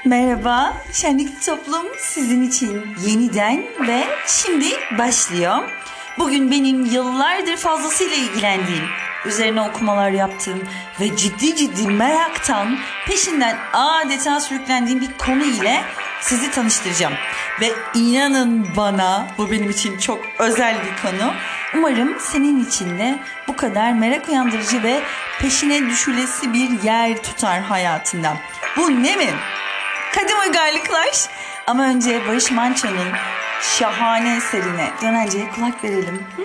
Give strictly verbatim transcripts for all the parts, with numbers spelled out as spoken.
Merhaba, Şenlikli Toplum sizin için yeniden ve şimdi başlıyor. Bugün benim yıllardır fazlasıyla ilgilendiğim, üzerine okumalar yaptığım ve ciddi ciddi meraktan peşinden adeta sürüklendiğim bir konu ile sizi tanıştıracağım. Ve inanın bana, bu benim için çok özel bir konu. Umarım senin için de bu kadar merak uyandırıcı ve peşine düşülesi bir yer tutar hayatında. Bu ne mi? Kadim uygarlıklar. Ama önce Barış Manço'nun şahane eserine Dönence'ye kulak verelim. Hı?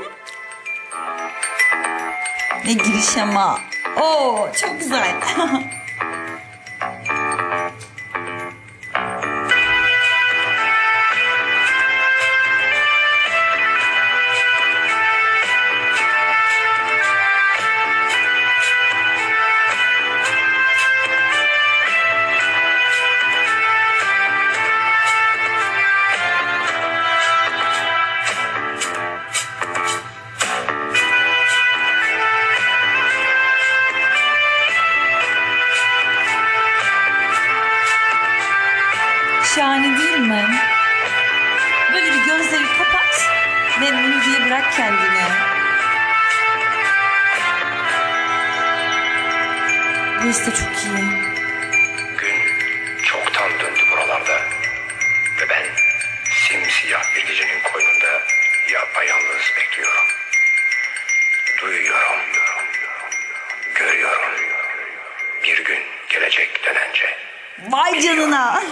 Ve giriş ama. Oo, çok güzel. Şahane değil mi? Böyle bir gözleri kapat ve müziğe bırak kendini. Burası da çok iyi. Gün çoktan döndü buralarda ve ben simsiyah bir gecenin koynunda yapayalnız bekliyorum. Duyuyorum, görüyorum. Bir gün gelecek dönence. Vay canına.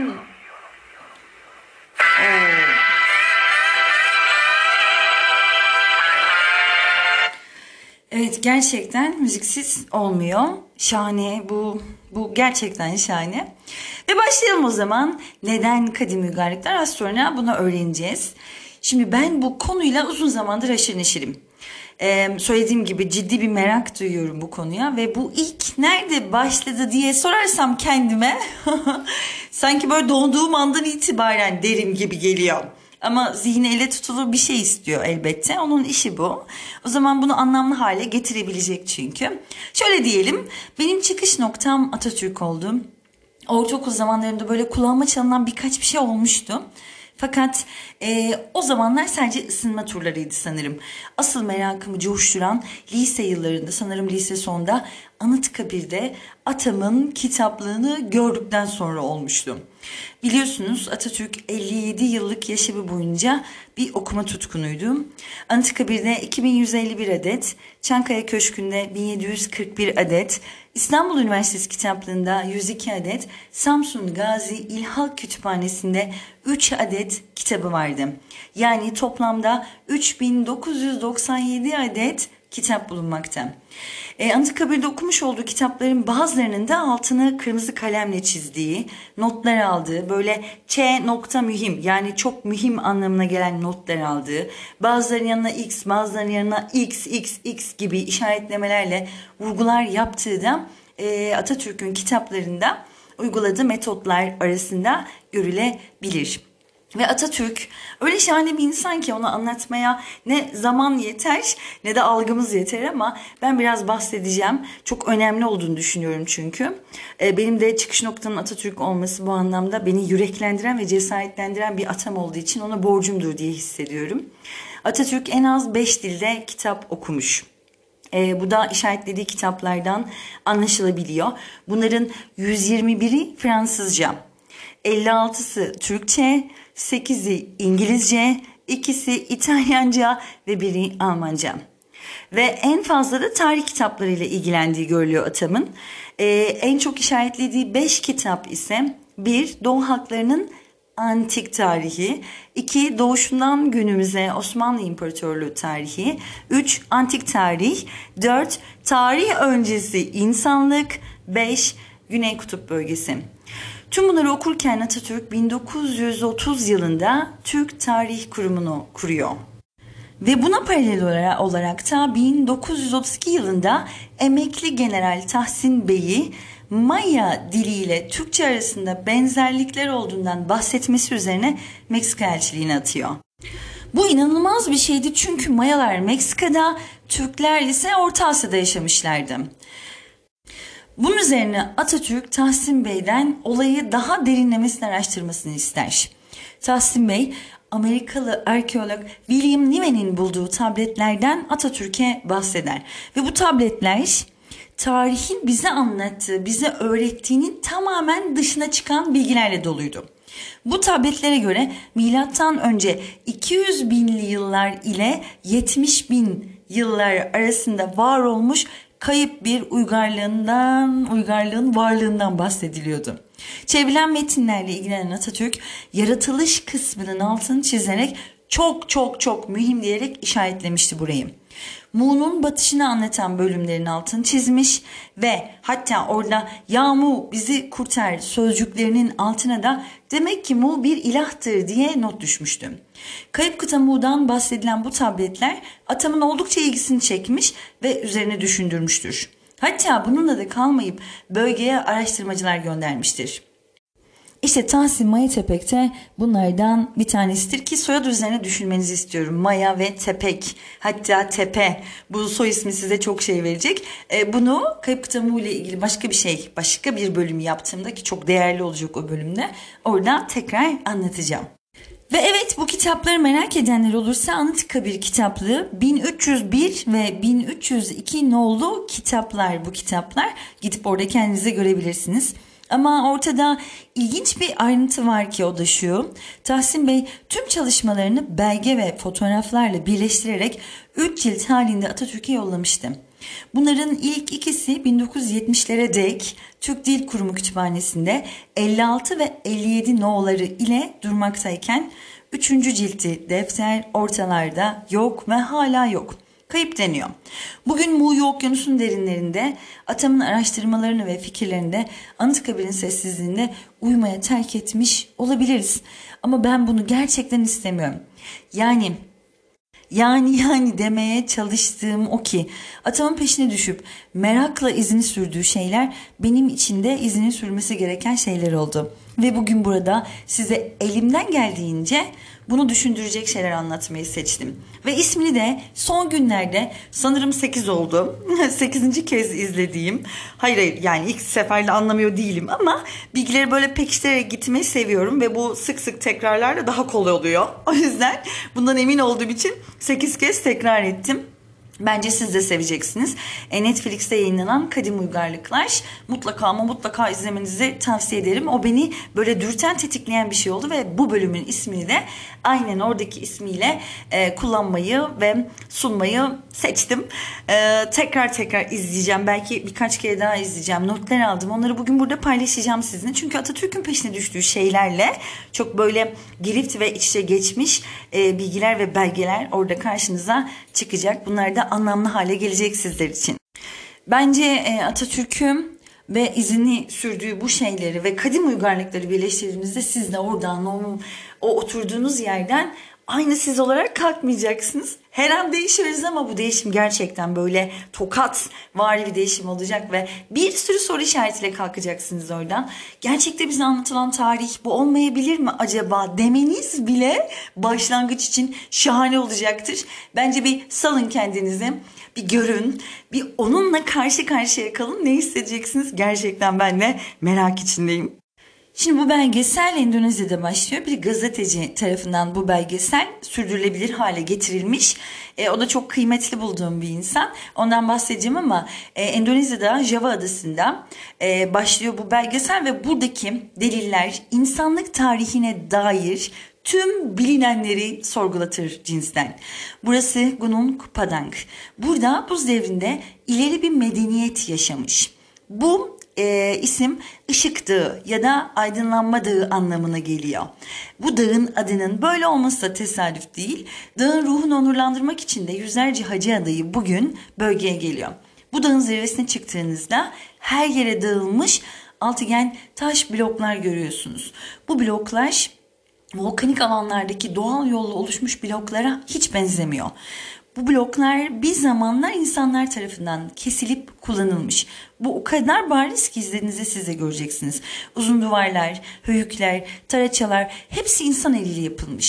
Evet, gerçekten müziksiz olmuyor. Şahane, bu bu gerçekten şahane. Ve başlayalım o zaman. Neden kadim uygarlıklar? Az sonra bunu öğreneceğiz. Şimdi ben bu konuyla uzun zamandır haşır neşirim. Ee, söylediğim gibi ciddi bir merak duyuyorum bu konuya ve bu ilk nerede başladı diye sorarsam kendime sanki böyle doğduğum andan itibaren derim gibi geliyor. Ama zihni ele tutulur bir şey istiyor elbette. Onun işi bu. O zaman bunu anlamlı hale getirebilecek çünkü. Şöyle diyelim, benim çıkış noktam Atatürk oldu. Ortaokul zamanlarımda böyle kulağıma çalınan birkaç bir şey olmuştu. Fakat e, o zamanlar sadece ısınma turlarıydı sanırım. Asıl merakımı coşturan lise yıllarında, sanırım lise sonunda Anıtkabir'de atamın kitaplığını gördükten sonra olmuştu. Biliyorsunuz Atatürk elli yedi yıllık yaşamı boyunca bir okuma tutkunuydu. Anıtkabir'de iki bin yüz elli bir adet, Çankaya Köşkü'nde bin yedi yüz kırk bir adet, İstanbul Üniversitesi kitaplığında yüz iki adet, Samsun Gazi İl Halk Kütüphanesi'nde üç adet kitabı vardı. Yani toplamda üç bin dokuz yüz doksan yedi adet kitap bulunmakta. E, Anıtkabir'de okumuş olduğu kitapların bazılarının da altını kırmızı kalemle çizdiği, notlar aldığı, böyle Ç nokta mühim, yani çok mühim anlamına gelen notlar aldığı, bazılarının yanına X, bazılarının yanına X, X, X gibi işaretlemelerle vurgular yaptığı da e, Atatürk'ün kitaplarında uyguladığı metotlar arasında görülebilir. Ve Atatürk öyle şahane bir insan ki onu anlatmaya ne zaman yeter ne de algımız yeter, ama ben biraz bahsedeceğim. Çok önemli olduğunu düşünüyorum çünkü. Benim de çıkış noktamın Atatürk olması bu anlamda beni yüreklendiren ve cesaretlendiren bir atam olduğu için ona borcumdur diye hissediyorum. Atatürk en az beş dilde kitap okumuş. E, bu da işaretlediği kitaplardan anlaşılabiliyor. Bunların yüz yirmi biri Fransızca, elli altısı Türkçe, sekizi İngilizce, ikisi İtalyanca ve biri Almanca. Ve en fazla da tarih kitaplarıyla ilgilendiği görülüyor atamın. Ee, en çok işaretlediği beş kitap ise: bir Doğu halklarının antik tarihi, iki Doğuşundan günümüze Osmanlı İmparatorluğu tarihi, üç Antik tarih, dört Tarih öncesi insanlık, beş Güney Kutup bölgesi. Tüm bunları okurken Atatürk bin dokuz yüz otuz yılında Türk Tarih Kurumu'nu kuruyor. Ve buna paralel olarak da bin dokuz yüz otuz iki yılında emekli General Tahsin Bey'i Maya diliyle Türkçe arasında benzerlikler olduğundan bahsetmesi üzerine Meksika elçiliğine atıyor. Bu inanılmaz bir şeydi çünkü Mayalar Meksika'da, Türkler ise Orta Asya'da yaşamışlardı. Bunun üzerine Atatürk Tahsin Bey'den olayı daha derinlemesine araştırmasını ister. Tahsin Bey, Amerikalı arkeolog William Niven'in bulduğu tabletlerden Atatürk'e bahseder. Ve bu tabletler tarihin bize anlattığı, bize öğrettiğinin tamamen dışına çıkan bilgilerle doluydu. Bu tabletlere göre milattan önce iki yüz binli yıllar ile yetmiş bin yıllar arasında var olmuş kayıp bir uygarlığından, uygarlığın varlığından bahsediliyordu. Çevrilen metinlerle ilgilenen Atatürk, yaratılış kısmının altını çizerek çok çok çok mühim diyerek işaretlemişti burayı. Mu'nun batışını anlatan bölümlerin altını çizmiş ve hatta orada "Ya Mu bizi kurtar" sözcüklerinin altına da demek ki Mu bir ilahtır diye not düşmüştü. Kayıp kıta Mu'dan bahsedilen bu tabletler Atam'ın oldukça ilgisini çekmiş ve üzerine düşündürmüştür. Hatta bununla da kalmayıp bölgeye araştırmacılar göndermiştir. İşte Tahsin Maya Tepek de bunlardan bir tanesidir ki soyadı üzerine düşünmenizi istiyorum. Maya ve Tepek, hatta Tepe, bu soy ismi size çok şey verecek. E, bunu Kayıp Kıta Mu ile ilgili başka bir şey, başka bir bölüm yaptığımda ki çok değerli olacak o bölümde, orada tekrar anlatacağım. Ve evet, bu kitapları merak edenler olursa Anıtkabir kitaplığı bin üç yüz bir ve bin üç yüz iki nolu kitaplar bu kitaplar. Gidip orada kendinize görebilirsiniz. Ama ortada ilginç bir ayrıntı var ki o da şu: Tahsin Bey tüm çalışmalarını belge ve fotoğraflarla birleştirerek üç cilt halinde Atatürk'e yollamıştı. Bunların ilk ikisi bin dokuz yüz yetmişlere dek Türk Dil Kurumu Kütüphanesi'nde elli altı ve elli yedi no'ları ile durmaktayken üçüncü cilti defter ortalarda yok ve hala yok. Kayıp deniyor. Bugün Muğla Okyanusu'nun derinlerinde Atam'ın araştırmalarını ve fikirlerini de Anıtkabir'in sessizliğinde uyumaya terk etmiş olabiliriz. Ama ben bunu gerçekten istemiyorum. Yani yani yani demeye çalıştığım o ki Atam'ın peşine düşüp merakla izini sürdüğü şeyler benim için de izini sürmesi gereken şeyler oldu. Ve bugün burada size elimden geldiğince bunu düşündürecek şeyler anlatmayı seçtim. Ve ismini de son günlerde, sanırım sekiz oldu, sekizinci kez izlediğim, hayır hayır yani ilk seferle anlamıyor değilim ama bilgileri böyle pekiştirerek gitmeyi seviyorum ve bu sık sık tekrarlarla daha kolay oluyor. O yüzden bundan emin olduğum için sekiz kez tekrar ettim. Bence siz de seveceksiniz. E, Netflix'te yayınlanan Kadim Uygarlıklar, mutlaka ama mutlaka izlemenizi tavsiye ederim. O beni böyle dürten, tetikleyen bir şey oldu ve bu bölümün ismini de aynen oradaki ismiyle e, kullanmayı ve sunmayı seçtim. E, tekrar tekrar izleyeceğim. Belki birkaç kere daha izleyeceğim. Notlar aldım. Onları bugün burada paylaşacağım sizinle. Çünkü Atatürk'ün peşine düştüğü şeylerle çok böyle girift ve iç içe geçmiş e, bilgiler ve belgeler orada karşınıza çıkacak. Bunlar da anlamlı hale gelecek sizler için. Bence e, Atatürk'ün ve izini sürdüğü bu şeyleri ve kadim uygarlıkları birleştirdiğinizde siz de oradan o, o oturduğunuz yerden aynı siz olarak kalkmayacaksınız. Her an değişiyoruz ama bu değişim gerçekten böyle tokat vari bir değişim olacak ve bir sürü soru işaretiyle kalkacaksınız oradan. Gerçekte bize anlatılan tarih bu olmayabilir mi acaba demeniz bile başlangıç için şahane olacaktır. Bence bir salın kendinizi, bir görün, bir onunla karşı karşıya kalın. Ne hissedeceksiniz? Gerçekten ben de merak içindeyim. Şimdi bu belgesel Endonezya'da başlıyor. Bir gazeteci tarafından bu belgesel sürdürülebilir hale getirilmiş. E, o da çok kıymetli bulduğum bir insan. Ondan bahsedeceğim ama e, Endonezya'da Java adasında e, başlıyor bu belgesel ve buradaki deliller insanlık tarihine dair tüm bilinenleri sorgulatır cinsten. Burası Gunung Padang. Burada buz devrinde ileri bir medeniyet yaşamış. Bu e, isim ışık dağı ya da aydınlanma dağı anlamına geliyor. Bu dağın adının böyle olması da tesadüf değil. Dağın ruhunu onurlandırmak için de yüzlerce hacı adayı bugün bölgeye geliyor. Bu dağın zirvesine çıktığınızda her yere dağılmış altıgen taş bloklar görüyorsunuz. Bu bloklar volkanik alanlardaki doğal yolla oluşmuş bloklara hiç benzemiyor. Bu bloklar bir zamanlar insanlar tarafından kesilip kullanılmış. Bu o kadar bariz ki izlediğinizde siz de göreceksiniz. Uzun duvarlar, höyükler, taraçalar hepsi insan eliyle yapılmış.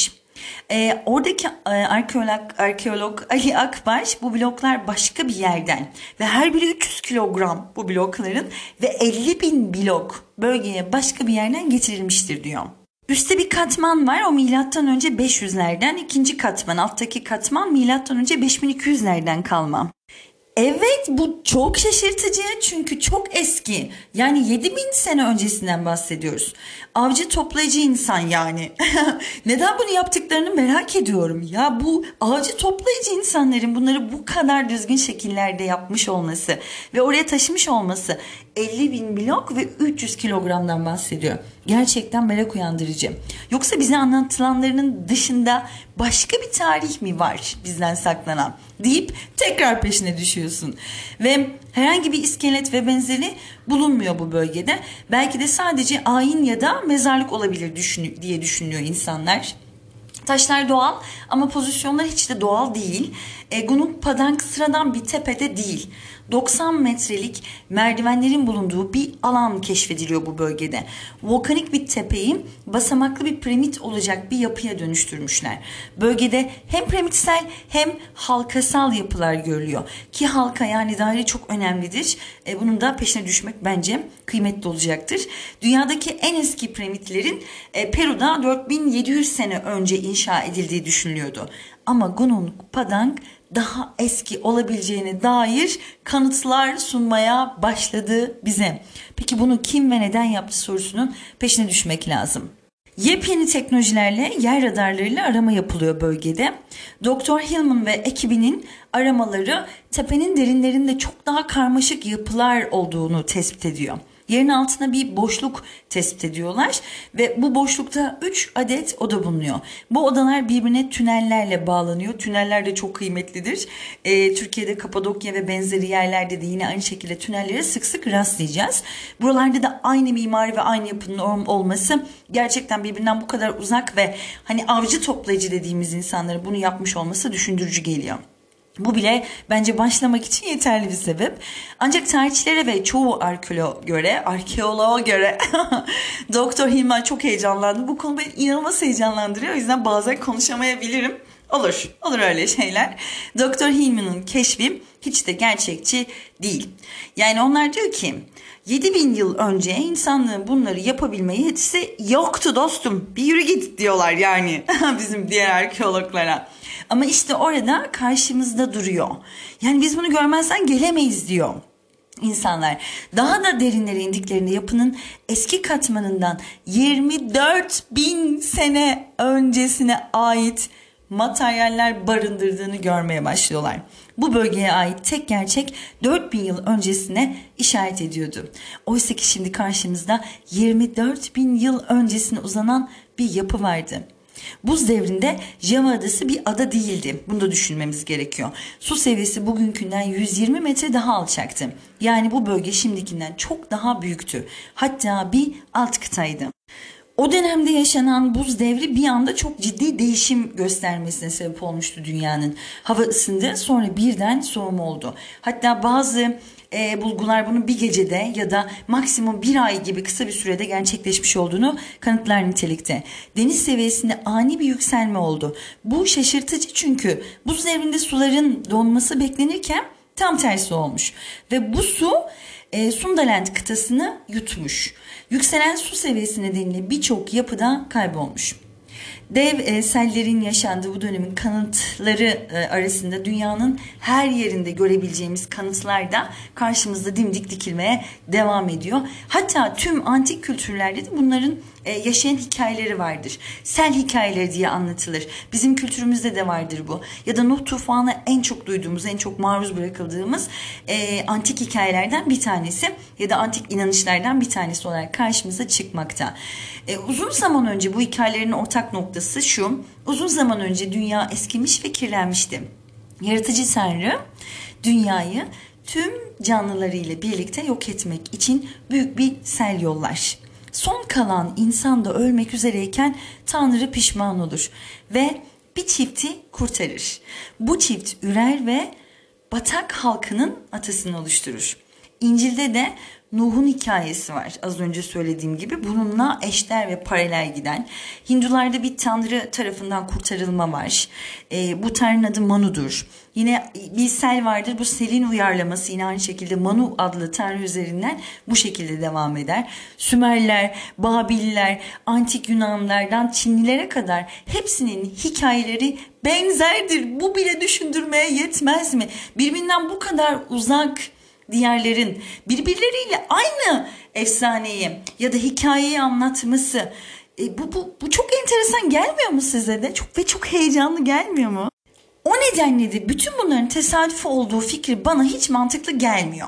Ee, oradaki e, arkeolog, arkeolog Ali Akbaş bu bloklar başka bir yerden ve her biri üç yüz kilogram bu blokların ve elli bin blok bölgeye başka bir yerden getirilmiştir diyor. Üstte bir katman var, o milattan önce beş yüzlerden, ikinci katman, alttaki katman milattan önce beş bin iki yüzlerden kalma. Evet, bu çok şaşırtıcı çünkü çok eski. Yani yedi bin sene öncesinden bahsediyoruz. Avcı toplayıcı insan yani. Neden bunu yaptıklarını merak ediyorum. Ya bu avcı toplayıcı insanların bunları bu kadar düzgün şekillerde yapmış olması ve oraya taşımış olması, elli bin blok ve üç yüz kilogramdan bahsediyor. Gerçekten merak uyandırıcı. Yoksa bize anlatılanlarının dışında başka bir tarih mi var bizden saklanan deyip tekrar peşine düşüyorsun. Ve herhangi bir iskelet ve benzeri bulunmuyor bu bölgede. Belki de sadece ayin ya da mezarlık olabilir düşün, diye düşünüyor insanlar. Taşlar doğal ama pozisyonlar hiç de doğal değil. E, Gunung Padang sıradan bir tepede değil. doksan metrelik merdivenlerin bulunduğu bir alan keşfediliyor bu bölgede. Volkanik bir tepeyi basamaklı bir piramit olacak bir yapıya dönüştürmüşler. Bölgede hem piramitsel hem halkasal yapılar görülüyor. Ki halka yani daire çok önemlidir. E, bunun da peşine düşmek bence kıymetli olacaktır. Dünyadaki en eski piramitlerin e, Peru'da dört bin yedi yüz sene önce inşa edildiği düşünülüyordu. Ama Gunung Padang daha eski olabileceğine dair kanıtlar sunmaya başladı bize. Peki bunu kim ve neden yaptı sorusunun peşine düşmek lazım. Yepyeni teknolojilerle, yer radarlarıyla arama yapılıyor bölgede. doktor Hillman ve ekibinin aramaları tepenin derinlerinde çok daha karmaşık yapılar olduğunu tespit ediyor. Yerin altına bir boşluk tespit ediyorlar ve bu boşlukta üç adet oda bulunuyor. Bu odalar birbirine tünellerle bağlanıyor. Tüneller de çok kıymetlidir. Ee, Türkiye'de Kapadokya ve benzeri yerlerde de yine aynı şekilde tünellere sık sık rastlayacağız. Buralarda da aynı mimari ve aynı yapının olması gerçekten birbirinden bu kadar uzak ve hani avcı toplayıcı dediğimiz insanların bunu yapmış olması düşündürücü geliyor. Bu bile bence başlamak için yeterli bir sebep. Ancak tarihçilere ve çoğu arkeoloğa göre, arkeoloğa göre doktor Hillman çok heyecanlandı. Bu konu beni inanılmaz heyecanlandırıyor. O yüzden bazen konuşamayabilirim. Olur, olur öyle şeyler. doktor Hillman'ın keşfi hiç de gerçekçi değil. Yani onlar diyor ki yedi bin yıl önce insanlığın bunları yapabilme yetisi yoktu dostum. Bir yürü git diyorlar yani bizim diğer arkeologlara. Ama işte orada karşımızda duruyor. Yani biz bunu görmezsen gelemeyiz diyor insanlar. Daha da derinlere indiklerinde yapının eski katmanından yirmi dört bin sene öncesine ait materyaller barındırdığını görmeye başlıyorlar. Bu bölgeye ait tek gerçek dört bin yıl öncesine işaret ediyordu. Oysa ki şimdi karşımızda yirmi dört bin yıl öncesine uzanan bir yapı vardı. Buz devrinde Java adası bir ada değildi. Bunu da düşünmemiz gerekiyor. Su seviyesi bugünkünden yüz yirmi metre daha alçaktı. Yani bu bölge şimdikinden çok daha büyüktü. Hatta bir alt kıtaydı. O dönemde yaşanan buz devri bir anda çok ciddi değişim göstermesine sebep olmuştu dünyanın. Hava ısındı, sonra birden soğuma oldu. Hatta bazı e, bulgular bunun bir gecede ya da maksimum bir ay gibi kısa bir sürede gerçekleşmiş olduğunu kanıtlar nitelikte. Deniz seviyesinde ani bir yükselme oldu. Bu şaşırtıcı çünkü buz devrinde suların donması beklenirken tam tersi olmuş. Ve bu su e, Sundaland kıtasını yutmuş. Yükselen su seviyesi nedeniyle birçok yapıda kaybolmuş. Dev e, sellerin yaşandığı bu dönemin kanıtları e, arasında dünyanın her yerinde görebileceğimiz kanıtlar da karşımızda dimdik dikilmeye devam ediyor. Hatta tüm antik kültürlerde de bunların e, yaşayan hikayeleri vardır. Sel hikayeleri diye anlatılır. Bizim kültürümüzde de vardır bu. Ya da Nuh tufanı en çok duyduğumuz, en çok maruz bırakıldığımız e, antik hikayelerden bir tanesi ya da antik inanışlardan bir tanesi olarak karşımıza çıkmakta. E, uzun zaman önce bu hikayelerin ortak noktası şu: uzun zaman önce dünya eskimiş ve kirlenmişti. Yaratıcı Tanrı dünyayı tüm canlılarıyla birlikte yok etmek için büyük bir sel yollar. Son kalan insan da ölmek üzereyken Tanrı pişman olur ve bir çifti kurtarır. Bu çift ürer ve batak halkının atasını oluşturur. İncil'de de Nuh'un hikayesi var. Az önce söylediğim gibi bununla eşdeğer ve paralel giden. Hindularda bir tanrı tarafından kurtarılma var. E, bu tanrının adı Manu'dur. Yine bir sel vardır. Bu selin uyarlaması yine aynı şekilde Manu adlı tanrı üzerinden bu şekilde devam eder. Sümerler, Babiller, Antik Yunanlardan Çinlilere kadar hepsinin hikayeleri benzerdir. Bu bile düşündürmeye yetmez mi? Birbirinden bu kadar uzak diğerlerin birbirleriyle aynı efsaneyi ya da hikayeyi anlatması e, bu, bu, bu çok enteresan gelmiyor mu size de? Çok ve çok heyecanlı gelmiyor mu? O nedenle de bütün bunların tesadüf olduğu fikri bana hiç mantıklı gelmiyor.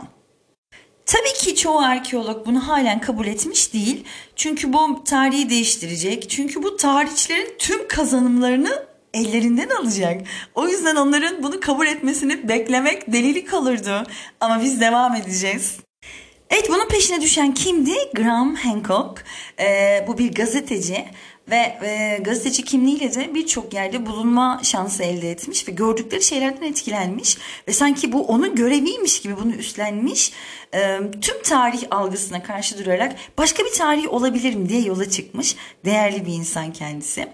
Tabii ki çoğu arkeolog bunu halen kabul etmiş değil. Çünkü bu tarihi değiştirecek. Çünkü bu tarihçilerin tüm kazanımlarını ellerinden alacak. O yüzden onların bunu kabul etmesini beklemek delilik olurdu. Ama biz devam edeceğiz. Evet, bunun peşine düşen kimdi? Graham Hancock. Ee, bu bir gazeteci ve e, gazeteci kimliğiyle de birçok yerde bulunma şansı elde etmiş ve gördükleri şeylerden etkilenmiş ve sanki bu onun göreviymiş gibi bunu üstlenmiş. E, tüm tarih algısına karşı durarak başka bir tarih olabilir mi diye yola çıkmış. Değerli bir insan kendisi.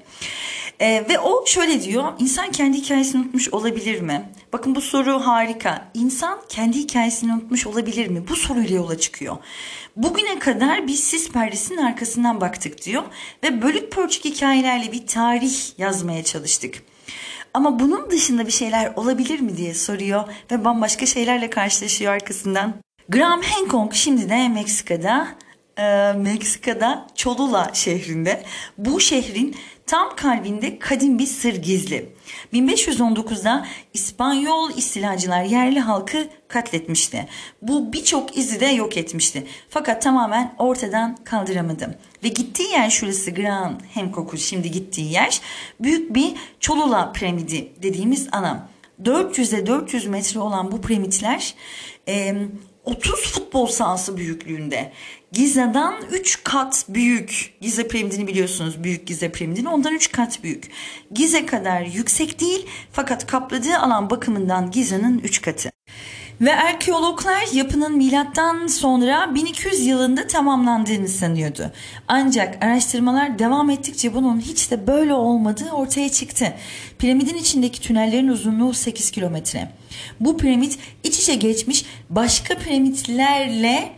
Ee, ve o şöyle diyor, insan kendi hikayesini unutmuş olabilir mi? Bakın bu soru harika. İnsan kendi hikayesini unutmuş olabilir mi? Bu soruyla yola çıkıyor. Bugüne kadar biz sis perdesinin arkasından baktık diyor ve bölük pörçük hikayelerle bir tarih yazmaya çalıştık. Ama bunun dışında bir şeyler olabilir mi diye soruyor ve bambaşka şeylerle karşılaşıyor arkasından. Graham Hancock şimdi de Meksika'da, e, Meksika'da Cholula şehrinde. Bu şehrin tam kalbinde kadim bir sır gizli. bin beş yüz on dokuzda İspanyol istilacılar yerli halkı katletmişti. Bu birçok izi de yok etmişti. Fakat tamamen ortadan kaldıramadı. Ve gittiği yer şurası, Graham Hancock'un şimdi gittiği yer büyük bir Cholula piramidi dediğimiz ana. dört yüze dört yüz metre olan bu piramitler e, otuz futbol sahası büyüklüğünde. Giza'dan üç kat büyük. Giza piramidini biliyorsunuz, büyük Giza piramidini, ondan üç kat büyük. Giza kadar yüksek değil fakat kapladığı alan bakımından Giza'nın üç katı. Ve arkeologlar yapının milattan sonra bin iki yüz yılında tamamlandığını sanıyordu. Ancak araştırmalar devam ettikçe bunun hiç de böyle olmadığı ortaya çıktı. Piramidin içindeki tünellerin uzunluğu sekiz kilometre. Bu piramit iç içe geçmiş başka piramitlerle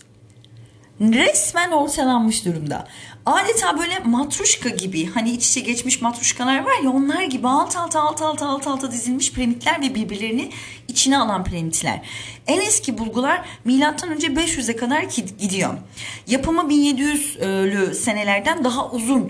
resmen ortalanmış durumda. Adeta böyle matruşka gibi, hani iç içe geçmiş matruşkalar var ya, onlar gibi alt alta alt alta alt alta dizilmiş piramitler ve birbirlerini içine alan piramitler. En eski bulgular milattan önce beş yüze kadar gidiyor. Yapımı bin yedi yüzlü senelerden daha uzun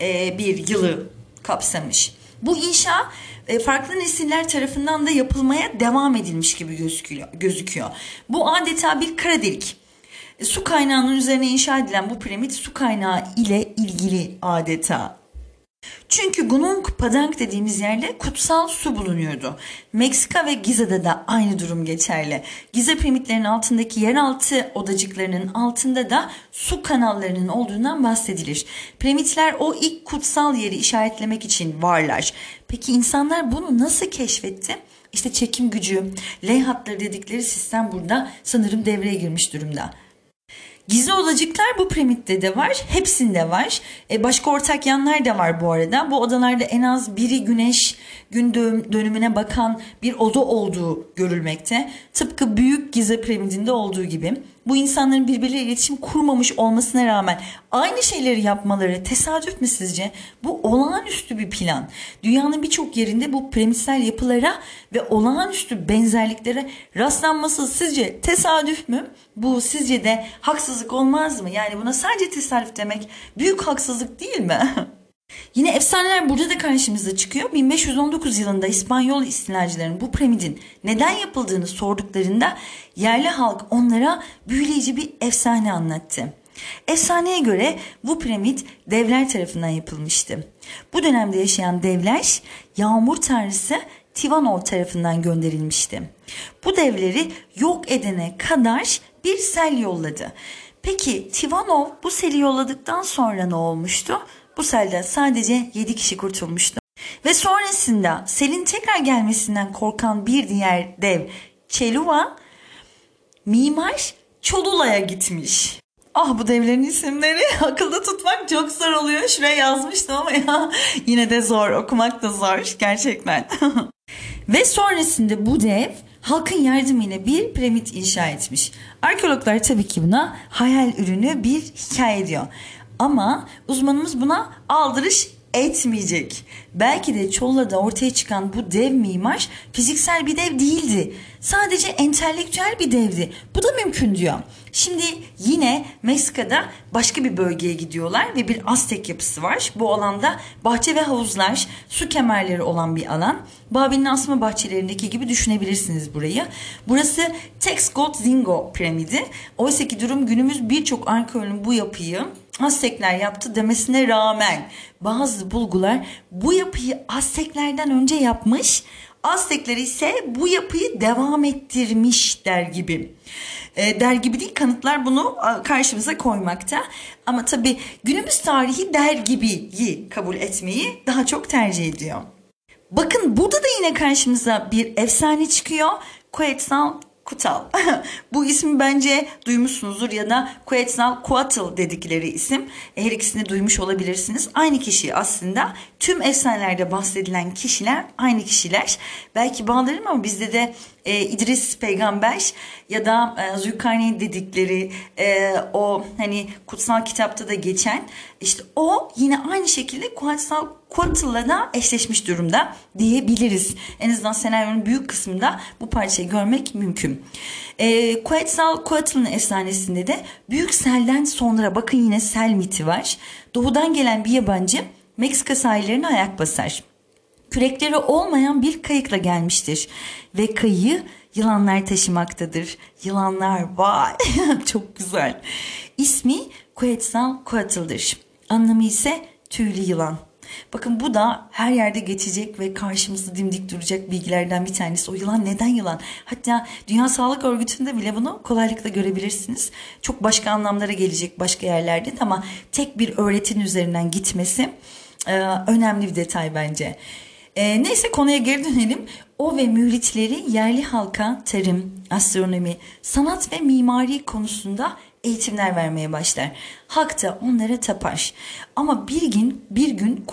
bir yılı kapsamış. Bu inşa farklı nesiller tarafından da yapılmaya devam edilmiş gibi gözüküyor. Bu adeta bir kara delik. Su kaynağının üzerine inşa edilen bu piramit su kaynağı ile ilgili adeta. Çünkü Gunung Padang dediğimiz yerde kutsal su bulunuyordu. Meksika ve Giza'da da aynı durum geçerli. Giza piramitlerinin altındaki yeraltı odacıklarının altında da su kanallarının olduğundan bahsedilir. Piramitler o ilk kutsal yeri işaretlemek için varlar. Peki insanlar bunu nasıl keşfetti? İşte çekim gücü, leyhatları dedikleri sistem burada sanırım devreye girmiş durumda. Gizli odacıklar bu piramitte de var. Hepsinde var. E başka ortak yanlar da var bu arada. Bu odalarda en az biri güneş gün dönümüne bakan bir oda olduğu görülmekte. Tıpkı büyük Giza piramidinde olduğu gibi. Bu insanların birbirleriyle iletişim kurmamış olmasına rağmen aynı şeyleri yapmaları tesadüf mü sizce? Bu olağanüstü bir plan. Dünyanın birçok yerinde bu piramitsel yapılara ve olağanüstü benzerliklere rastlanması sizce tesadüf mü? Bu sizce de haksızlık olmaz mı? Yani buna sadece tesadüf demek büyük haksızlık değil mi? Yine efsaneler burada da karşımıza çıkıyor. bin beş yüz on dokuz yılında İspanyol istilacıların bu piramidin neden yapıldığını sorduklarında yerli halk onlara büyüleyici bir efsane anlattı. Efsaneye göre bu piramit devler tarafından yapılmıştı. Bu dönemde yaşayan devler yağmur tanrısı Tivanov tarafından gönderilmişti. Bu devleri yok edene kadar bir sel yolladı. Peki Tivanov bu seli yolladıktan sonra ne olmuştu? Bu selden sadece yedi kişi kurtulmuştu. Ve sonrasında selin tekrar gelmesinden korkan bir diğer dev Çeluva, mimar Cholula'ya gitmiş. Ah, bu devlerin isimleri akılda tutmak çok zor oluyor. Şuraya yazmıştım ama ya yine de zor, okumak da zor gerçekten. Ve sonrasında bu dev halkın yardımıyla bir piramit inşa etmiş. Arkeologlar tabii ki buna hayal ürünü bir hikaye diyor. Ama uzmanımız buna aldırış etmeyecek. Belki de Cholula'da ortaya çıkan bu dev mimar fiziksel bir dev değildi. Sadece entelektüel bir devdi. Bu da mümkün diyor. Şimdi yine Meksika'da başka bir bölgeye gidiyorlar ve bir Aztek yapısı var. Bu alanda bahçe ve havuzlar, su kemerleri olan bir alan. Babil'in asma bahçelerindeki gibi düşünebilirsiniz burayı. Burası Texcoco piramidi. Oysa ki durum günümüz birçok arkeologun bu yapıyı Aztekler yaptı demesine rağmen bazı bulgular bu yapıyı Azteklerden önce yapmış, Aztekler ise bu yapıyı devam ettirmiş der gibi. E, der gibi değil, kanıtlar bunu karşımıza koymakta. Ama tabii günümüz tarihi der gibiyi kabul etmeyi daha çok tercih ediyor. Bakın burada da yine karşımıza bir efsane çıkıyor. Quetzalcoatl. Bu ismi bence duymuşsunuzdur ya da Quetzalcoatl dedikleri isim. Her ikisini duymuş olabilirsiniz. Aynı kişi aslında. Tüm efsanelerde bahsedilen kişiler aynı kişiler. Belki bağlarım ama bizde de e, İdris peygamber ya da e, Zülkarneyn dedikleri e, o hani kutsal kitapta da geçen işte o yine aynı şekilde Quetzalcoatl'la da eşleşmiş durumda diyebiliriz. En azından senaryonun büyük kısmında bu parçayı görmek mümkün. E, Quetzalcoatl'ın efsanesinde de büyük selden sonra bakın yine sel miti var. Doğudan gelen bir yabancı Meksika sahillerine ayak basar. Kürekleri olmayan bir kayıkla gelmiştir ve kayığı yılanlar taşımaktadır. Yılanlar, vay çok güzel. İsmi Quetzalcoatl'dır. Anlamı ise tüylü yılan. Bakın bu da her yerde geçecek ve karşımızda dimdik duracak bilgilerden bir tanesi. O yılan neden yılan? Hatta Dünya Sağlık Örgütü'nde bile bunu kolaylıkla görebilirsiniz. Çok başka anlamlara gelecek başka yerlerde de ama tek bir öğretinin üzerinden gitmesi e, önemli bir detay bence. E, neyse konuya geri dönelim. O ve müritleri yerli halka tarım, astronomi, sanat ve mimari konusunda eğitimler vermeye başlar. Halk da onlara tapar. Ama bir gün bir gün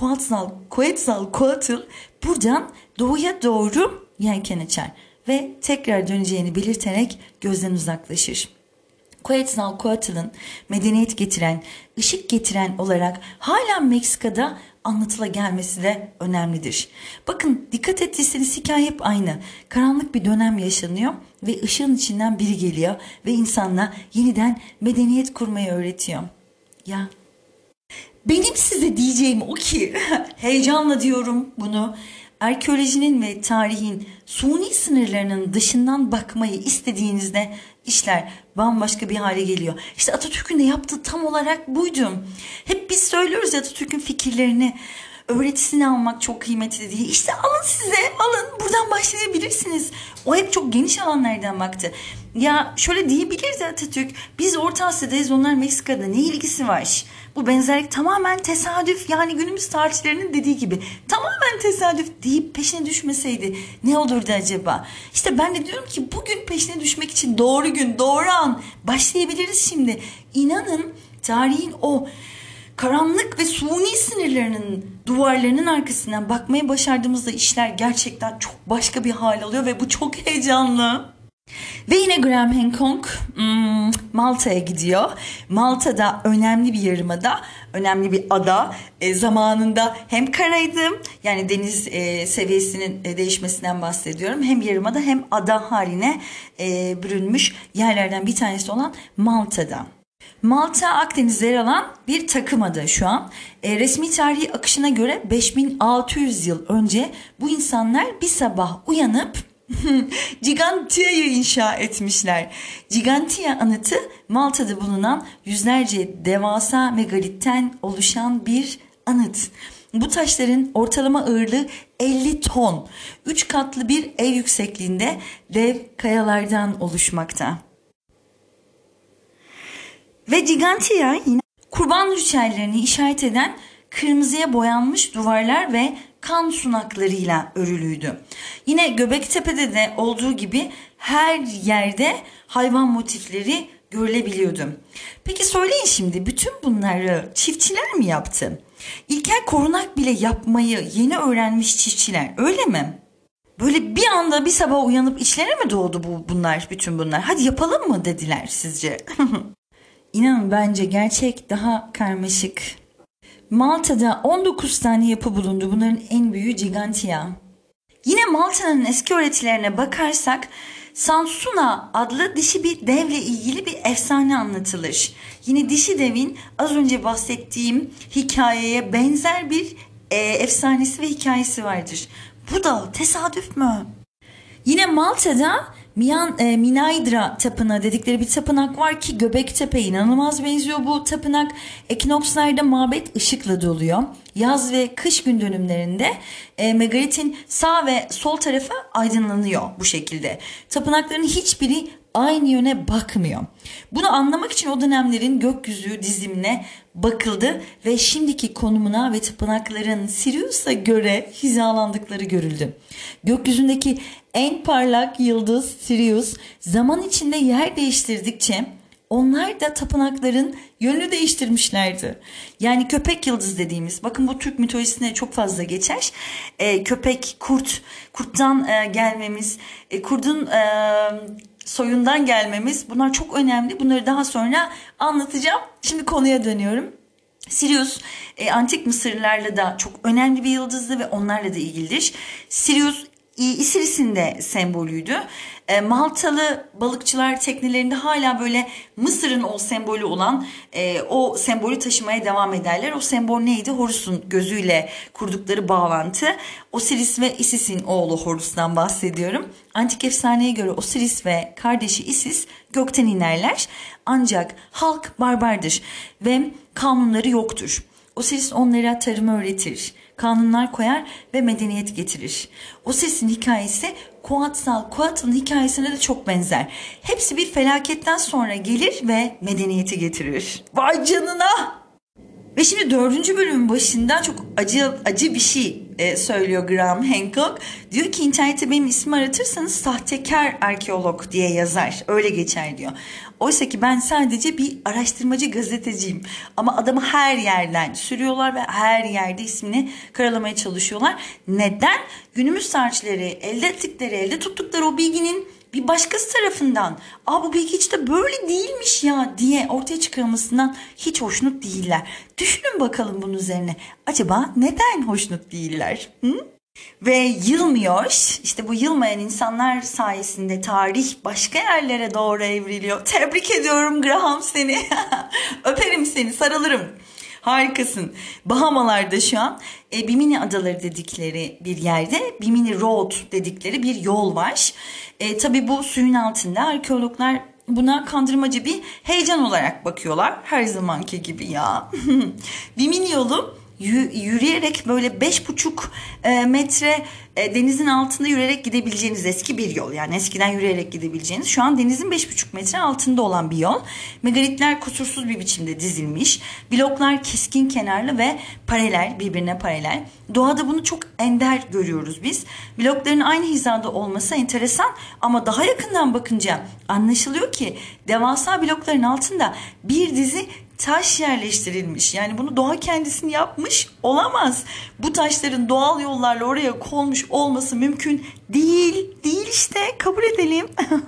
Quetzalcoatl buradan doğuya doğru yelken açar ve tekrar döneceğini belirterek gözden uzaklaşır. Quetzalcoatl'ın medeniyet getiren, ışık getiren olarak hala Meksika'da anlatıla gelmesi de önemlidir. Bakın dikkat ettiyseniz hikaye hep aynı. Karanlık bir dönem yaşanıyor ve ışığın içinden biri geliyor ve insanla yeniden medeniyet kurmayı öğretiyor. Ya benim size diyeceğim o ki heyecanla diyorum bunu. Arkeolojinin ve tarihin suni sınırlarının dışından bakmayı istediğinizde işler bambaşka bir hale geliyor. İşte Atatürk'ün de yaptığı tam olarak buydu. Hep biz söylüyoruz ya Atatürk'ün fikirlerini, öğretisini almak çok kıymetli diye. İşte alın size, alın buradan başlayabilirsiniz. O hep çok geniş alanlardan baktı. Ya şöyle diyebiliriz Atatürk, biz Orta Asya'dayız, onlar Meksika'da, ne ilgisi var? Bu benzerlik tamamen tesadüf, yani günümüz tarihçilerinin dediği gibi tamamen tesadüf deyip peşine düşmeseydi ne olurdu acaba? İşte ben de diyorum ki bugün peşine düşmek için doğru gün, doğru an başlayabiliriz şimdi. İnanın tarihin o karanlık ve suni sınırlarının, duvarlarının arkasından bakmaya başardığımızda işler gerçekten çok başka bir hal alıyor ve bu çok heyecanlı. Ve yine Graham Hancock hmm, Malta'ya gidiyor. Malta'da önemli bir yarımada, önemli bir ada. E, zamanında hem karaydı, yani deniz e, seviyesinin e, değişmesinden bahsediyorum. Hem yarımada hem ada haline e, bürünmüş yerlerden bir tanesi olan Malta'da. Malta Akdeniz'de yer alan bir takım adı şu an. E, resmi tarihi akışına göre beş bin altı yüz yıl önce bu insanlar bir sabah uyanıp Gigantia'yı inşa etmişler. Gigantia anıtı Malta'da bulunan yüzlerce devasa megalitten oluşan bir anıt. Bu taşların ortalama ağırlığı elli ton. üç katlı bir ev yüksekliğinde dev kayalardan oluşmakta. Ve Gigantia yine kurban ritüellerini işaret eden kırmızıya boyanmış duvarlar ve kan sunaklarıyla örülüydü. Yine Göbeklitepe'de de olduğu gibi her yerde hayvan motifleri görülebiliyordu. Peki söyleyin şimdi, bütün bunları çiftçiler mi yaptı? İlkel korunak bile yapmayı yeni öğrenmiş çiftçiler, öyle mi? Böyle bir anda bir sabah uyanıp içlerine mi doğdu bu bunlar, bütün bunlar? Hadi yapalım mı dediler sizce? İnanın bence gerçek daha karmaşık. Malta'da on dokuz tane yapı bulundu. Bunların en büyüğü Gigantia. Yine Malta'nın eski öğretilerine bakarsak Sansuna adlı dişi bir devle ilgili bir efsane anlatılır. Yine dişi devin az önce bahsettiğim hikayeye benzer bir e, efsanesi ve hikayesi vardır. Bu da tesadüf mü? Yine Malta'da Mian, e, Minaydra Tapınağı dedikleri bir tapınak var ki Göbektepe inanılmaz benziyor bu tapınak. Ekinokslarda mabet ışıkla doluyor. Yaz ve kış gün dönümlerinde e, megalitin sağ ve sol tarafı aydınlanıyor bu şekilde. Tapınakların hiçbiri aynı yöne bakmıyor. Bunu anlamak için o dönemlerin gökyüzü dizimine bakıldı ve şimdiki konumuna ve tapınakların Sirius'a göre hizalandıkları görüldü. Gökyüzündeki en parlak yıldız Sirius zaman içinde yer değiştirdikçe onlar da tapınakların yönünü değiştirmişlerdi. Yani köpek yıldız dediğimiz, bakın bu Türk mitolojisine çok fazla geçer. Ee, köpek, kurt, kurttan e, gelmemiz, e, kurdun e, soyundan gelmemiz, bunlar çok önemli. Bunları daha sonra anlatacağım. Şimdi konuya dönüyorum. Sirius e, antik Mısırlılarla da çok önemli bir yıldızdı ve onlarla da ilgilidir. Sirius İsiris'in de sembolüydü. E, Maltalı balıkçılar teknelerinde hala böyle Mısır'ın o sembolü olan e, o sembolü taşımaya devam ederler. O sembol neydi? Horus'un gözüyle kurdukları bağlantı. Osiris ve Isis'in oğlu Horus'tan bahsediyorum. Antik efsaneye göre Osiris ve kardeşi Isis gökten inerler. Ancak halk barbardır ve kanunları yoktur. Osiris onlara tarımı öğretir, kanunlar koyar ve medeniyet getirir. Osiris'in hikayesi Kuatsal, Kuatl'ın hikayesine de çok benzer. Hepsi bir felaketten sonra gelir ve medeniyeti getirir. Vay canına! Ve şimdi dördüncü bölümün başında çok acı acı bir şey e, söylüyor Graham Hancock. Diyor ki internette benim ismi aratırsanız sahtekar arkeolog diye yazar. Öyle geçer diyor. Oysa ki ben sadece bir araştırmacı gazeteciyim. Ama adamı her yerden sürüyorlar ve her yerde ismini karalamaya çalışıyorlar. Neden? Günümüz tarihçileri elde ettikleri, elde tuttukları o bilginin bir başkası tarafından "Aa, bu bilgi hiç de böyle değilmiş ya" diye ortaya çıkarılmasından hiç hoşnut değiller. Düşünün bakalım bunun üzerine. Acaba neden hoşnut değiller? Hı? Ve yılmıyor. İşte bu yılmayan insanlar sayesinde tarih başka yerlere doğru evriliyor. Tebrik ediyorum Graham seni. Öperim seni, sarılırım. Harikasın. Bahamalarda şu an e, Bimini Adaları dedikleri bir yerde Bimini Road dedikleri bir yol var. E, tabii bu suyun altında arkeologlar buna kandırmacı bir heyecan olarak bakıyorlar. Her zamanki gibi ya. Bimini yolu yürüyerek böyle beş buçuk metre denizin altında yürüyerek gidebileceğiniz eski bir yol. Yani eskiden yürüyerek gidebileceğiniz, şu an denizin beş buçuk metre altında olan bir yol. Megalitler kusursuz bir biçimde dizilmiş. Bloklar keskin kenarlı ve paralel, birbirine paralel. Doğada bunu çok ender görüyoruz biz. Blokların aynı hizada olması enteresan ama daha yakından bakınca anlaşılıyor ki devasa blokların altında bir dizi taş yerleştirilmiş. Yani bunu doğa kendisini yapmış olamaz. Bu taşların doğal yollarla oraya konmuş olması mümkün değil. Değil işte, kabul edelim.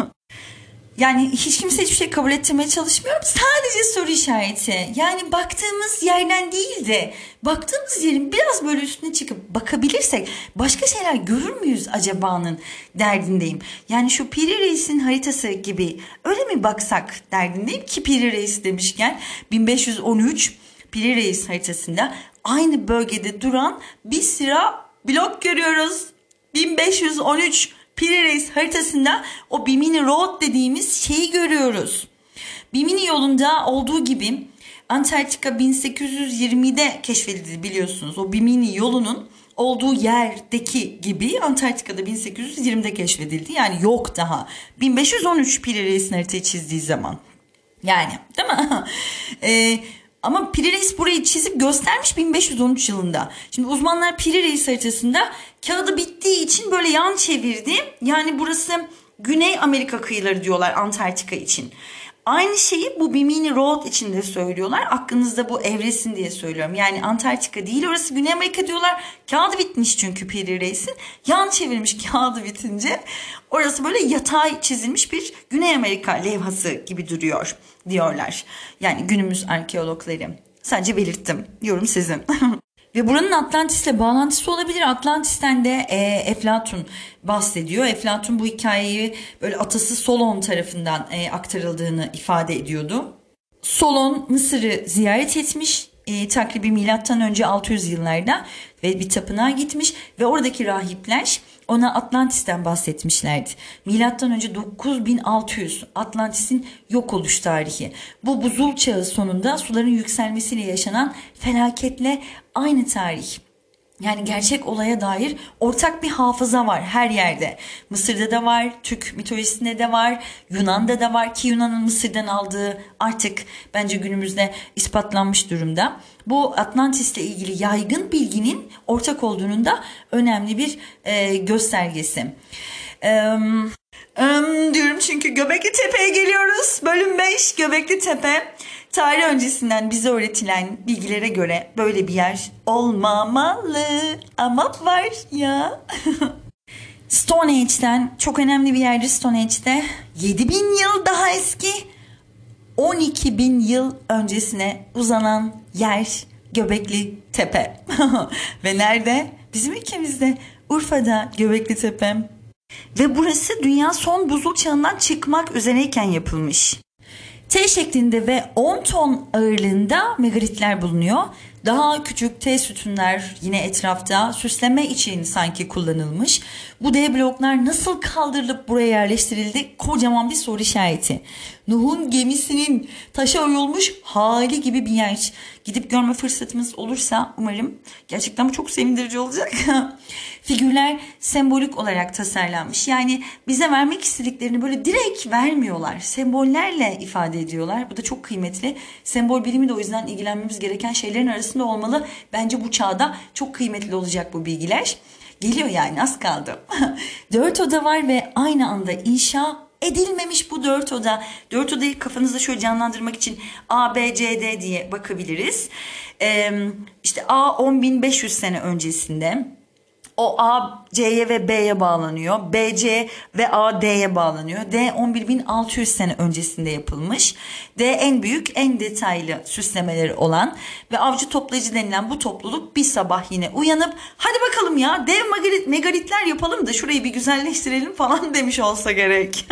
Yani hiç kimse hiçbir şey kabul ettirmeye çalışmıyor. Sadece soru işareti. Yani baktığımız yerden değil de baktığımız yerin biraz böyle üstüne çıkıp bakabilirsek başka şeyler görür müyüz acaba'nın derdindeyim. Yani şu Piri Reis'in haritası gibi öyle mi baksak derdindeyim ki Piri Reis demişken bin beş yüz on üç Piri Reis haritasında aynı bölgede duran bir sıra blok görüyoruz. bin beş yüz on üç Piri Reis haritasında o Bimini Road dediğimiz şeyi görüyoruz. Bimini yolunda olduğu gibi Antarktika bin sekiz yüz yirmide keşfedildi biliyorsunuz. O Bimini yolunun olduğu yerdeki gibi Antarktika'da bin sekiz yüz yirmide keşfedildi. Yani yok daha. bin beş yüz on üç Piri Reis'in haritayı çizdiği zaman. Yani değil mi? Eee Ama Piri Reis burayı çizip göstermiş bin beş yüz on üç yılında. Şimdi uzmanlar Piri Reis haritasında kağıdı bittiği için böyle yan çevirdi. Yani burası Güney Amerika kıyıları diyorlar Antarktika için. Aynı şeyi bu Bimini Road içinde söylüyorlar. Aklınızda bu evresin diye söylüyorum. Yani Antarktika değil, orası Güney Amerika diyorlar. Kağıdı bitmiş çünkü Piri Reis'in. Yan çevirmiş kağıdı bitince. Orası böyle yatay çizilmiş bir Güney Amerika levhası gibi duruyor diyorlar. Yani günümüz arkeologları. Sadece belirttim. Yorum sizin. Ve buranın Atlantis'le bağlantısı olabilir. Atlantis'ten de e, Eflatun bahsediyor. Eflatun bu hikayeyi böyle atası Solon tarafından e, aktarıldığını ifade ediyordu. Solon Mısır'ı ziyaret etmiş. E, takribi milattan önce altı yüz yıllarda ve bir tapınağa gitmiş ve oradaki rahipler ona Atlantis'ten bahsetmişlerdi. Milattan önce dokuz bin altı yüz Atlantis'in yok oluş tarihi. Bu buzul çağı sonunda suların yükselmesiyle yaşanan felaketle aynı tarih. Yani gerçek olaya dair ortak bir hafıza var her yerde. Mısır'da da var, Türk mitolojisinde de var, Yunan'da da var ki Yunan'ın Mısır'dan aldığı artık bence günümüzde ispatlanmış durumda. Bu Atlantis'le ilgili yaygın bilginin ortak olduğunun da önemli bir e, göstergesi. Eee... Um, diyorum çünkü Göbekli Tepe'ye geliyoruz. Bölüm beş Göbekli Tepe. Tarih öncesinden bize öğretilen bilgilere göre böyle bir yer olmamalı ama var ya. Stone Age'den çok önemli bir yerdir Stone Age'de. yedi bin yıl daha eski, on iki bin yıl öncesine uzanan yer Göbekli Tepe. Ve nerede? Bizim ülkemizde, Urfa'da Göbekli Tepe. Ve burası dünya son buzul çağından çıkmak üzereyken yapılmış. T şeklinde ve on ton ağırlığında megaritler bulunuyor. Daha küçük T sütunlar yine etrafta süsleme için sanki kullanılmış. Bu D bloklar nasıl kaldırılıp buraya yerleştirildi? Kocaman bir soru işareti. Nuh'un gemisinin taşa oyulmuş hali gibi bir yer. Gidip görme fırsatımız olursa umarım, gerçekten bu çok sevindirici olacak. Figürler sembolik olarak tasarlanmış. Yani bize vermek istediklerini böyle direkt vermiyorlar. Sembollerle ifade ediyorlar. Bu da çok kıymetli. Sembol bilimi de o yüzden ilgilenmemiz gereken şeylerin arasında olmalı. Bence bu çağda çok kıymetli olacak bu bilgiler. Geliyor yani, az kaldı. Dört oda var ve aynı anda inşa edilmemiş bu dört oda. Dört odayı kafanızda şöyle canlandırmak için A, B, C, D diye bakabiliriz. Ee, işte A on bin beş yüz sene öncesinde. O A, C'ye ve B'ye bağlanıyor. B, C ve A, D'ye bağlanıyor. D on bir bin altı yüz sene öncesinde yapılmış. D en büyük, en detaylı süslemeleri olan ve avcı toplayıcı denilen bu topluluk bir sabah yine uyanıp hadi bakalım ya dev megalit, megaritler yapalım da şurayı bir güzelleştirelim falan demiş olsa gerek.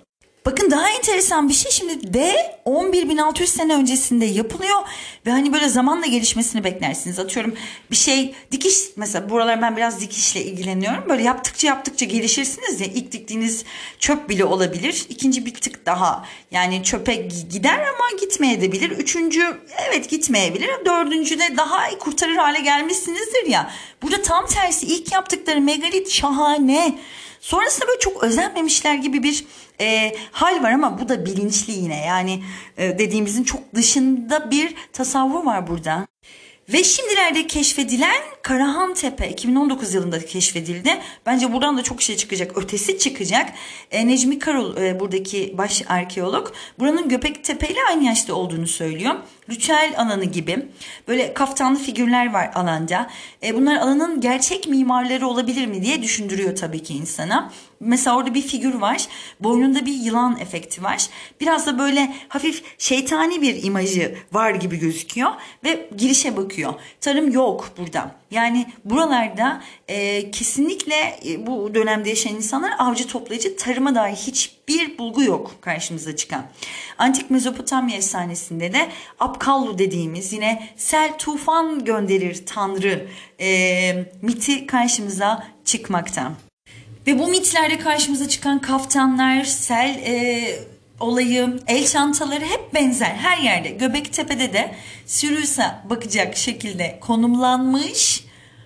Bakın daha enteresan bir şey, şimdi D on bir bin altı yüz sene öncesinde yapılıyor ve hani böyle zamanla gelişmesini beklersiniz. Atıyorum bir şey dikiş, mesela buralar ben biraz dikişle ilgileniyorum. Böyle yaptıkça yaptıkça gelişirsiniz ya, ilk diktiğiniz çöp bile olabilir. İkinci bir tık daha yani çöpe gider ama gitmeyebilir. Üçüncü evet gitmeyebilir. Dördüncü de daha kurtarır hale gelmişsinizdir ya. Burada tam tersi, ilk yaptıkları megalit şahane. Sonrasında böyle çok özenmemişler gibi bir e, hal var ama bu da bilinçli yine. Yani e, dediğimizin çok dışında bir tasavvur var burada. Ve şimdilerde keşfedilen Karahan Tepe iki bin on dokuz yılında keşfedildi. Bence buradan da çok şey çıkacak, ötesi çıkacak. E, Necmi Karol e, buradaki baş arkeolog buranın Göbekli Tepe ile aynı yaşta olduğunu söylüyor. Ritüel alanı gibi böyle kaftanlı figürler var alanda. E, bunlar alanın gerçek mimarları olabilir mi diye düşündürüyor tabii ki insana. Mesela orada bir figür var. Boynunda bir yılan efekti var. Biraz da böyle hafif şeytani bir imajı var gibi gözüküyor. Ve girişe bakıyor. Tarım yok burada. Yani buralarda e, kesinlikle e, bu dönemde yaşayan insanlar avcı toplayıcı, tarıma dair hiçbir bulgu yok karşımıza çıkan. Antik Mezopotamya efsanesinde de Apkallu dediğimiz yine sel tufan gönderir tanrı e, miti karşımıza çıkmakta. Ve bu mitlerde karşımıza çıkan kaftanlar, sel e, olayı, el çantaları hep benzer. Her yerde, Göbektepe'de de Sirius'a bakacak şekilde konumlanmış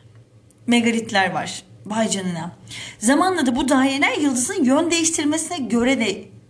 megaritler var. Vay canına. Zamanla da bu daireler yıldızın yön değiştirmesine göre de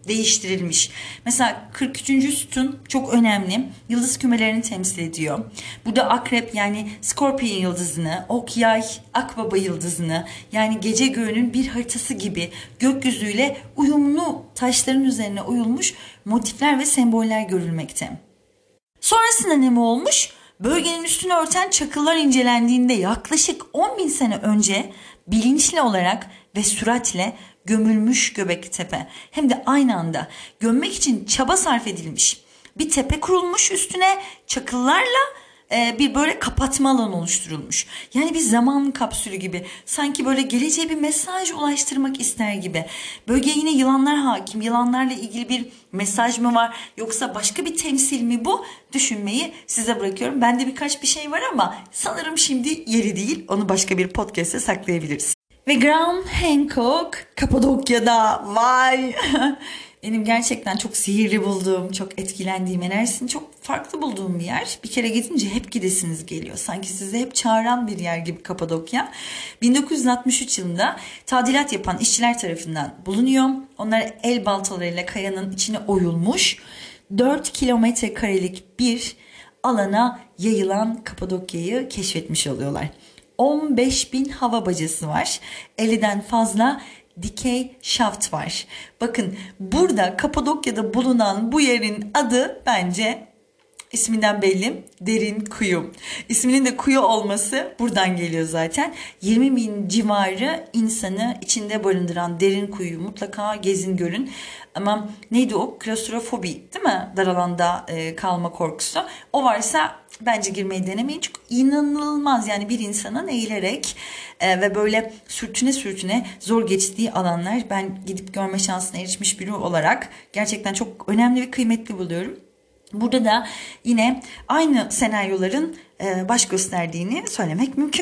değiştirilmiş. Mesela kırk üçüncü sütun çok önemli. Yıldız kümelerini temsil ediyor. Burada akrep yani Skorpion yıldızını, ok yay akbaba yıldızını yani gece göğünün bir haritası gibi gökyüzüyle uyumlu taşların üzerine uyulmuş motifler ve semboller görülmekte. Sonrasında ne mi olmuş? Bölgenin üstünü örten çakıllar incelendiğinde yaklaşık on bin sene önce bilinçli olarak ve süratle gömülmüş Göbektepe. Hem de aynı anda gömmek için çaba sarf edilmiş. Bir tepe kurulmuş, üstüne çakıllarla e, bir böyle kapatma alanı oluşturulmuş. Yani bir zaman kapsülü gibi. Sanki böyle geleceğe bir mesaj ulaştırmak ister gibi. Bölgeye yine yılanlar hakim. Yılanlarla ilgili bir mesaj mı var yoksa başka bir temsil mi bu? Düşünmeyi size bırakıyorum. Bende birkaç bir şey var ama sanırım şimdi yeri değil. Onu başka bir podcast'e saklayabiliriz. Ve Graham Hancock Kapadokya'da. Vay! Benim gerçekten çok sihirli bulduğum, çok etkilendiğim, enerjisini çok farklı bulduğum bir yer. Bir kere gidince hep gidesiniz geliyor. Sanki size hep çağıran bir yer gibi Kapadokya. bin dokuz yüz altmış üç yılında tadilat yapan işçiler tarafından bulunuyor. Onlar el baltalarıyla kayanın içine oyulmuş. dört kilometre karelik bir alana yayılan Kapadokya'yı keşfetmiş oluyorlar. on beş bin hava bacası var. elliden fazla dikey şaft var. Bakın burada Kapadokya'da bulunan bu yerin adı bence isminden belli, derin kuyu. İsminin de kuyu olması buradan geliyor zaten. yirmi bin civarı insanı içinde barındıran derin kuyuyu mutlaka gezin görün. Ama neydi o? Klostrofobi değil mi? Dar alanda e, kalma korkusu. O varsa bence girmeyi denemeyin. Çünkü inanılmaz yani bir insanın eğilerek e, ve böyle sürtüne sürtüne zor geçtiği alanlar. Ben gidip görme şansına erişmiş biri olarak gerçekten çok önemli ve kıymetli buluyorum. Burada da yine aynı senaryoların e, baş gösterdiğini söylemek mümkün.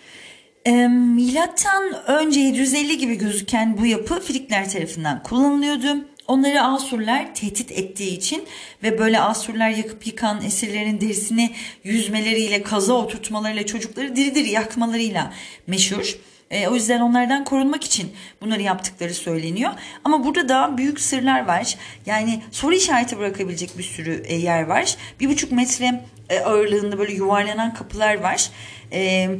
E, milattan önce yedi yüz elli gibi gözüken bu yapı Frikler tarafından kullanılıyordu. Onları Asurlar tehdit ettiği için ve böyle Asurlar yakıp yıkan esirlerin derisini yüzmeleriyle, kaza oturtmalarıyla, çocukları diri diri yakmalarıyla meşhur. E, o yüzden onlardan korunmak için bunları yaptıkları söyleniyor. Ama burada da büyük sırlar var. Yani soru işareti bırakabilecek bir sürü e, yer var. Bir buçuk metre e, ağırlığında böyle yuvarlanan kapılar var. E,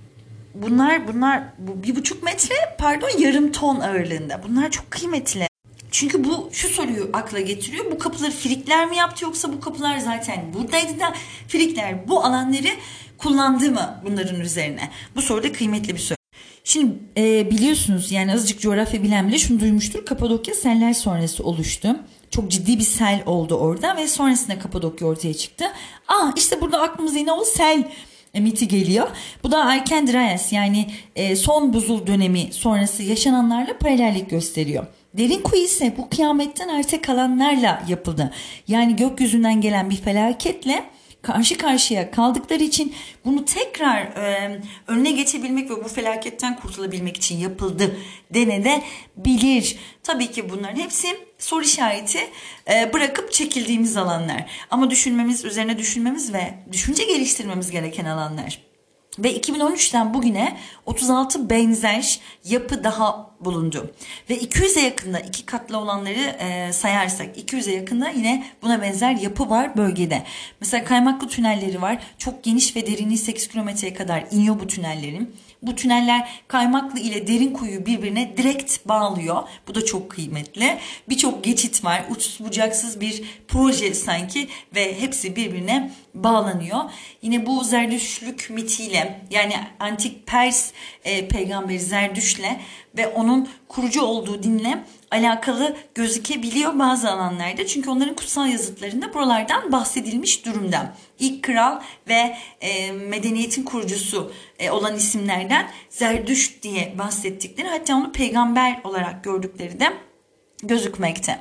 bunlar bunlar bu bir buçuk metre pardon yarım ton ağırlığında. Bunlar çok kıymetli. Çünkü bu şu soruyu akla getiriyor. Bu kapıları Frikler mi yaptı yoksa bu kapılar zaten buradaydı da Frikler bu alanları kullandı mı bunların üzerine? Bu soru da kıymetli bir soru. Şimdi e, biliyorsunuz yani azıcık coğrafya bilen bile şunu duymuştur. Kapadokya seller sonrası oluştu. Çok ciddi bir sel oldu orada ve sonrasında Kapadokya ortaya çıktı. Ah işte burada aklımıza yine o sel miti geliyor. Bu da erken Dryas yani e, son buzul dönemi sonrası yaşananlarla paralellik gösteriyor. Derin kuyu ise bu kıyametten arta kalanlarla yapıldı. Yani gökyüzünden gelen bir felaketle karşı karşıya kaldıkları için bunu tekrar e, önüne geçebilmek ve bu felaketten kurtulabilmek için yapıldı denebilir. Tabii ki bunların hepsi soru işareti e, bırakıp çekildiğimiz alanlar. Ama düşünmemiz, üzerine düşünmemiz ve düşünce geliştirmemiz gereken alanlar. Ve iki bin on üçten bugüne otuz altı benzer yapı daha bulundu. Ve iki yüze yakında iki katlı olanları e, sayarsak iki yüze yakında yine buna benzer yapı var bölgede. Mesela kaymaklı tünelleri var. Çok geniş ve derinliği sekiz kilometreye kadar iniyor bu tünellerin. Bu tüneller kaymaklı ile derin kuyuyu birbirine direkt bağlıyor. Bu da çok kıymetli. Birçok geçit var. Uçsuz bucaksız bir proje sanki ve hepsi birbirine bağlanıyor. Yine bu Zerdüştlük mitiyle yani antik Pers e, peygamberi Zerdüşt'le ve onun kurucu olduğu dinle alakalı gözükebiliyor bazı alanlarda. Çünkü onların kutsal yazıtlarında buralardan bahsedilmiş durumda. İlk kral ve e, medeniyetin kurucusu e, olan isimlerden Zerdüşt diye bahsettikleri, hatta onu peygamber olarak gördükleri de gözükmekte.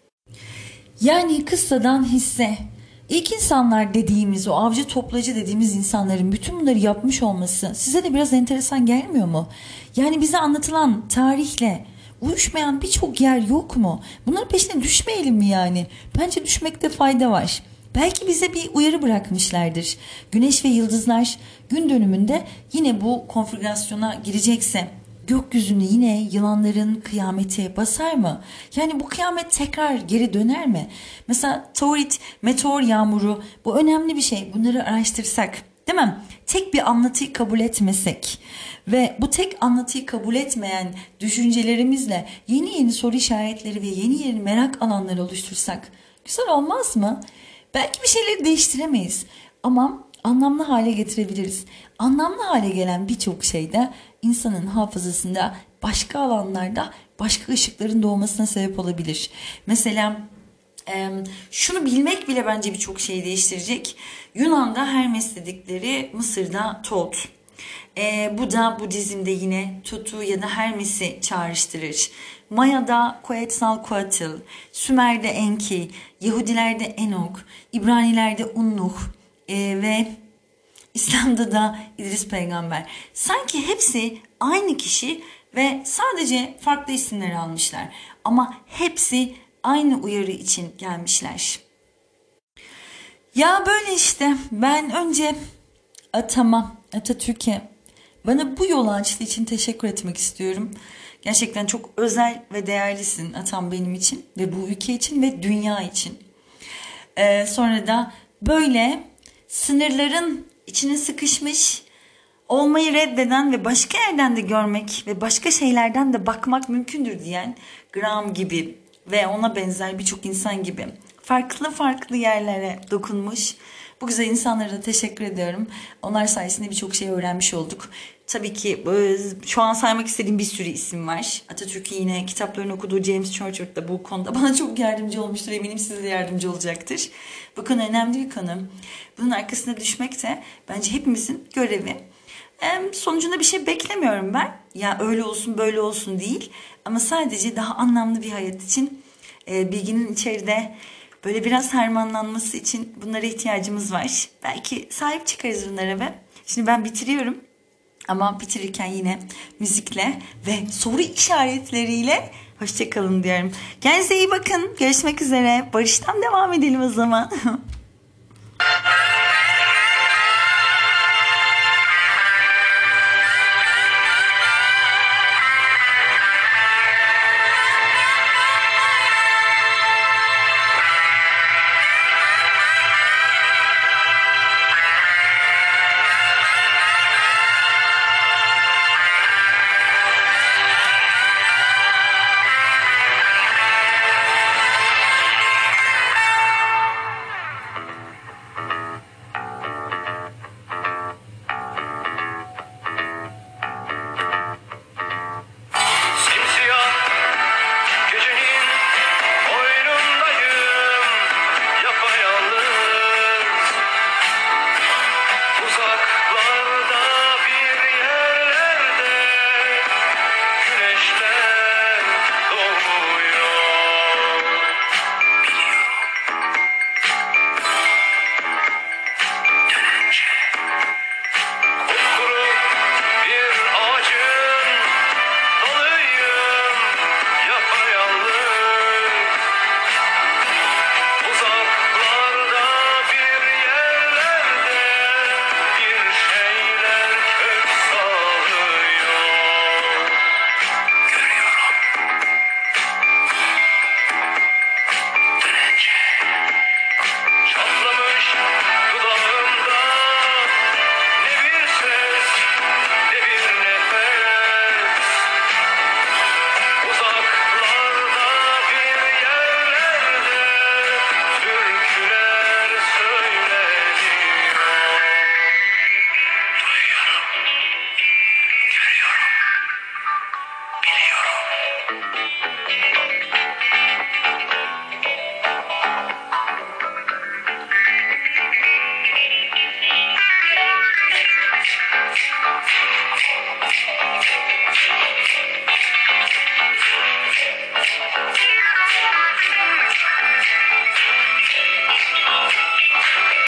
Yani kıssadan hisse. İlk insanlar dediğimiz, o avcı toplayıcı dediğimiz insanların bütün bunları yapmış olması size de biraz enteresan gelmiyor mu? Yani bize anlatılan tarihle uyuşmayan birçok yer yok mu? Bunların peşine düşmeyelim mi yani? Bence düşmekte fayda var. Belki bize bir uyarı bırakmışlardır. Güneş ve yıldızlar gün dönümünde yine bu konfigürasyona girecekse gökyüzünde yine yılanların kıyameti basar mı? Yani bu kıyamet tekrar geri döner mi? Mesela Taurit, meteor yağmuru, bu önemli bir şey. Bunları araştırsak, değil mi? Tek bir anlatıyı kabul etmesek ve bu tek anlatıyı kabul etmeyen düşüncelerimizle yeni yeni soru işaretleri ve yeni yeni merak alanları oluştursak güzel olmaz mı? Belki bir şeyleri değiştiremeyiz ama anlamlı hale getirebiliriz. Anlamlı hale gelen birçok şey de insanın hafızasında başka alanlarda başka ışıkların doğmasına sebep olabilir. Mesela e, şunu bilmek bile bence birçok şeyi değiştirecek. Yunan'da Hermes dedikleri, Mısır'da Tot. E, bu da Budizm'de yine Tut'u ya da Hermes'i çağrıştırır. Maya'da Quetzalcoatl, Sümer'de Enki, Yahudilerde Enok, İbranilerde Unnuh e, ve İslam'da da İdris peygamber. Sanki hepsi aynı kişi ve sadece farklı isimler almışlar. Ama hepsi aynı uyarı için gelmişler. Ya böyle işte ben önce atama, Atatürk'e bana bu yolu açtığı için teşekkür etmek istiyorum. Gerçekten çok özel ve değerlisin atam benim için ve bu ülke için ve dünya için. Ee, sonra da böyle sınırların içine sıkışmış, olmayı reddeden ve başka yerden de görmek ve başka şeylerden de bakmak mümkündür diyen Graham gibi ve ona benzer birçok insan gibi farklı farklı yerlere dokunmuş. Bu güzel insanlara da teşekkür ediyorum. Onlar sayesinde birçok şey öğrenmiş olduk. Tabii ki şu an saymak istediğim bir sürü isim var. Atatürk'ün yine kitaplarını okuduğu James Churchill da bu konuda bana çok yardımcı olmuştur. Eminim size de yardımcı olacaktır. Bu konu önemli bir konu. Bunun arkasına düşmek de bence hepimizin görevi. Sonucunda bir şey beklemiyorum ben. Ya öyle olsun böyle olsun değil. Ama sadece daha anlamlı bir hayat için bilginin içeride böyle biraz harmanlanması için bunlara ihtiyacımız var. Belki sahip çıkarız bunlara ve şimdi ben bitiriyorum. Ama bitirirken yine müzikle ve soru işaretleriyle hoşça kalın diyorum. Kendinize iyi bakın. Görüşmek üzere. Barış'tan devam edelim o zaman.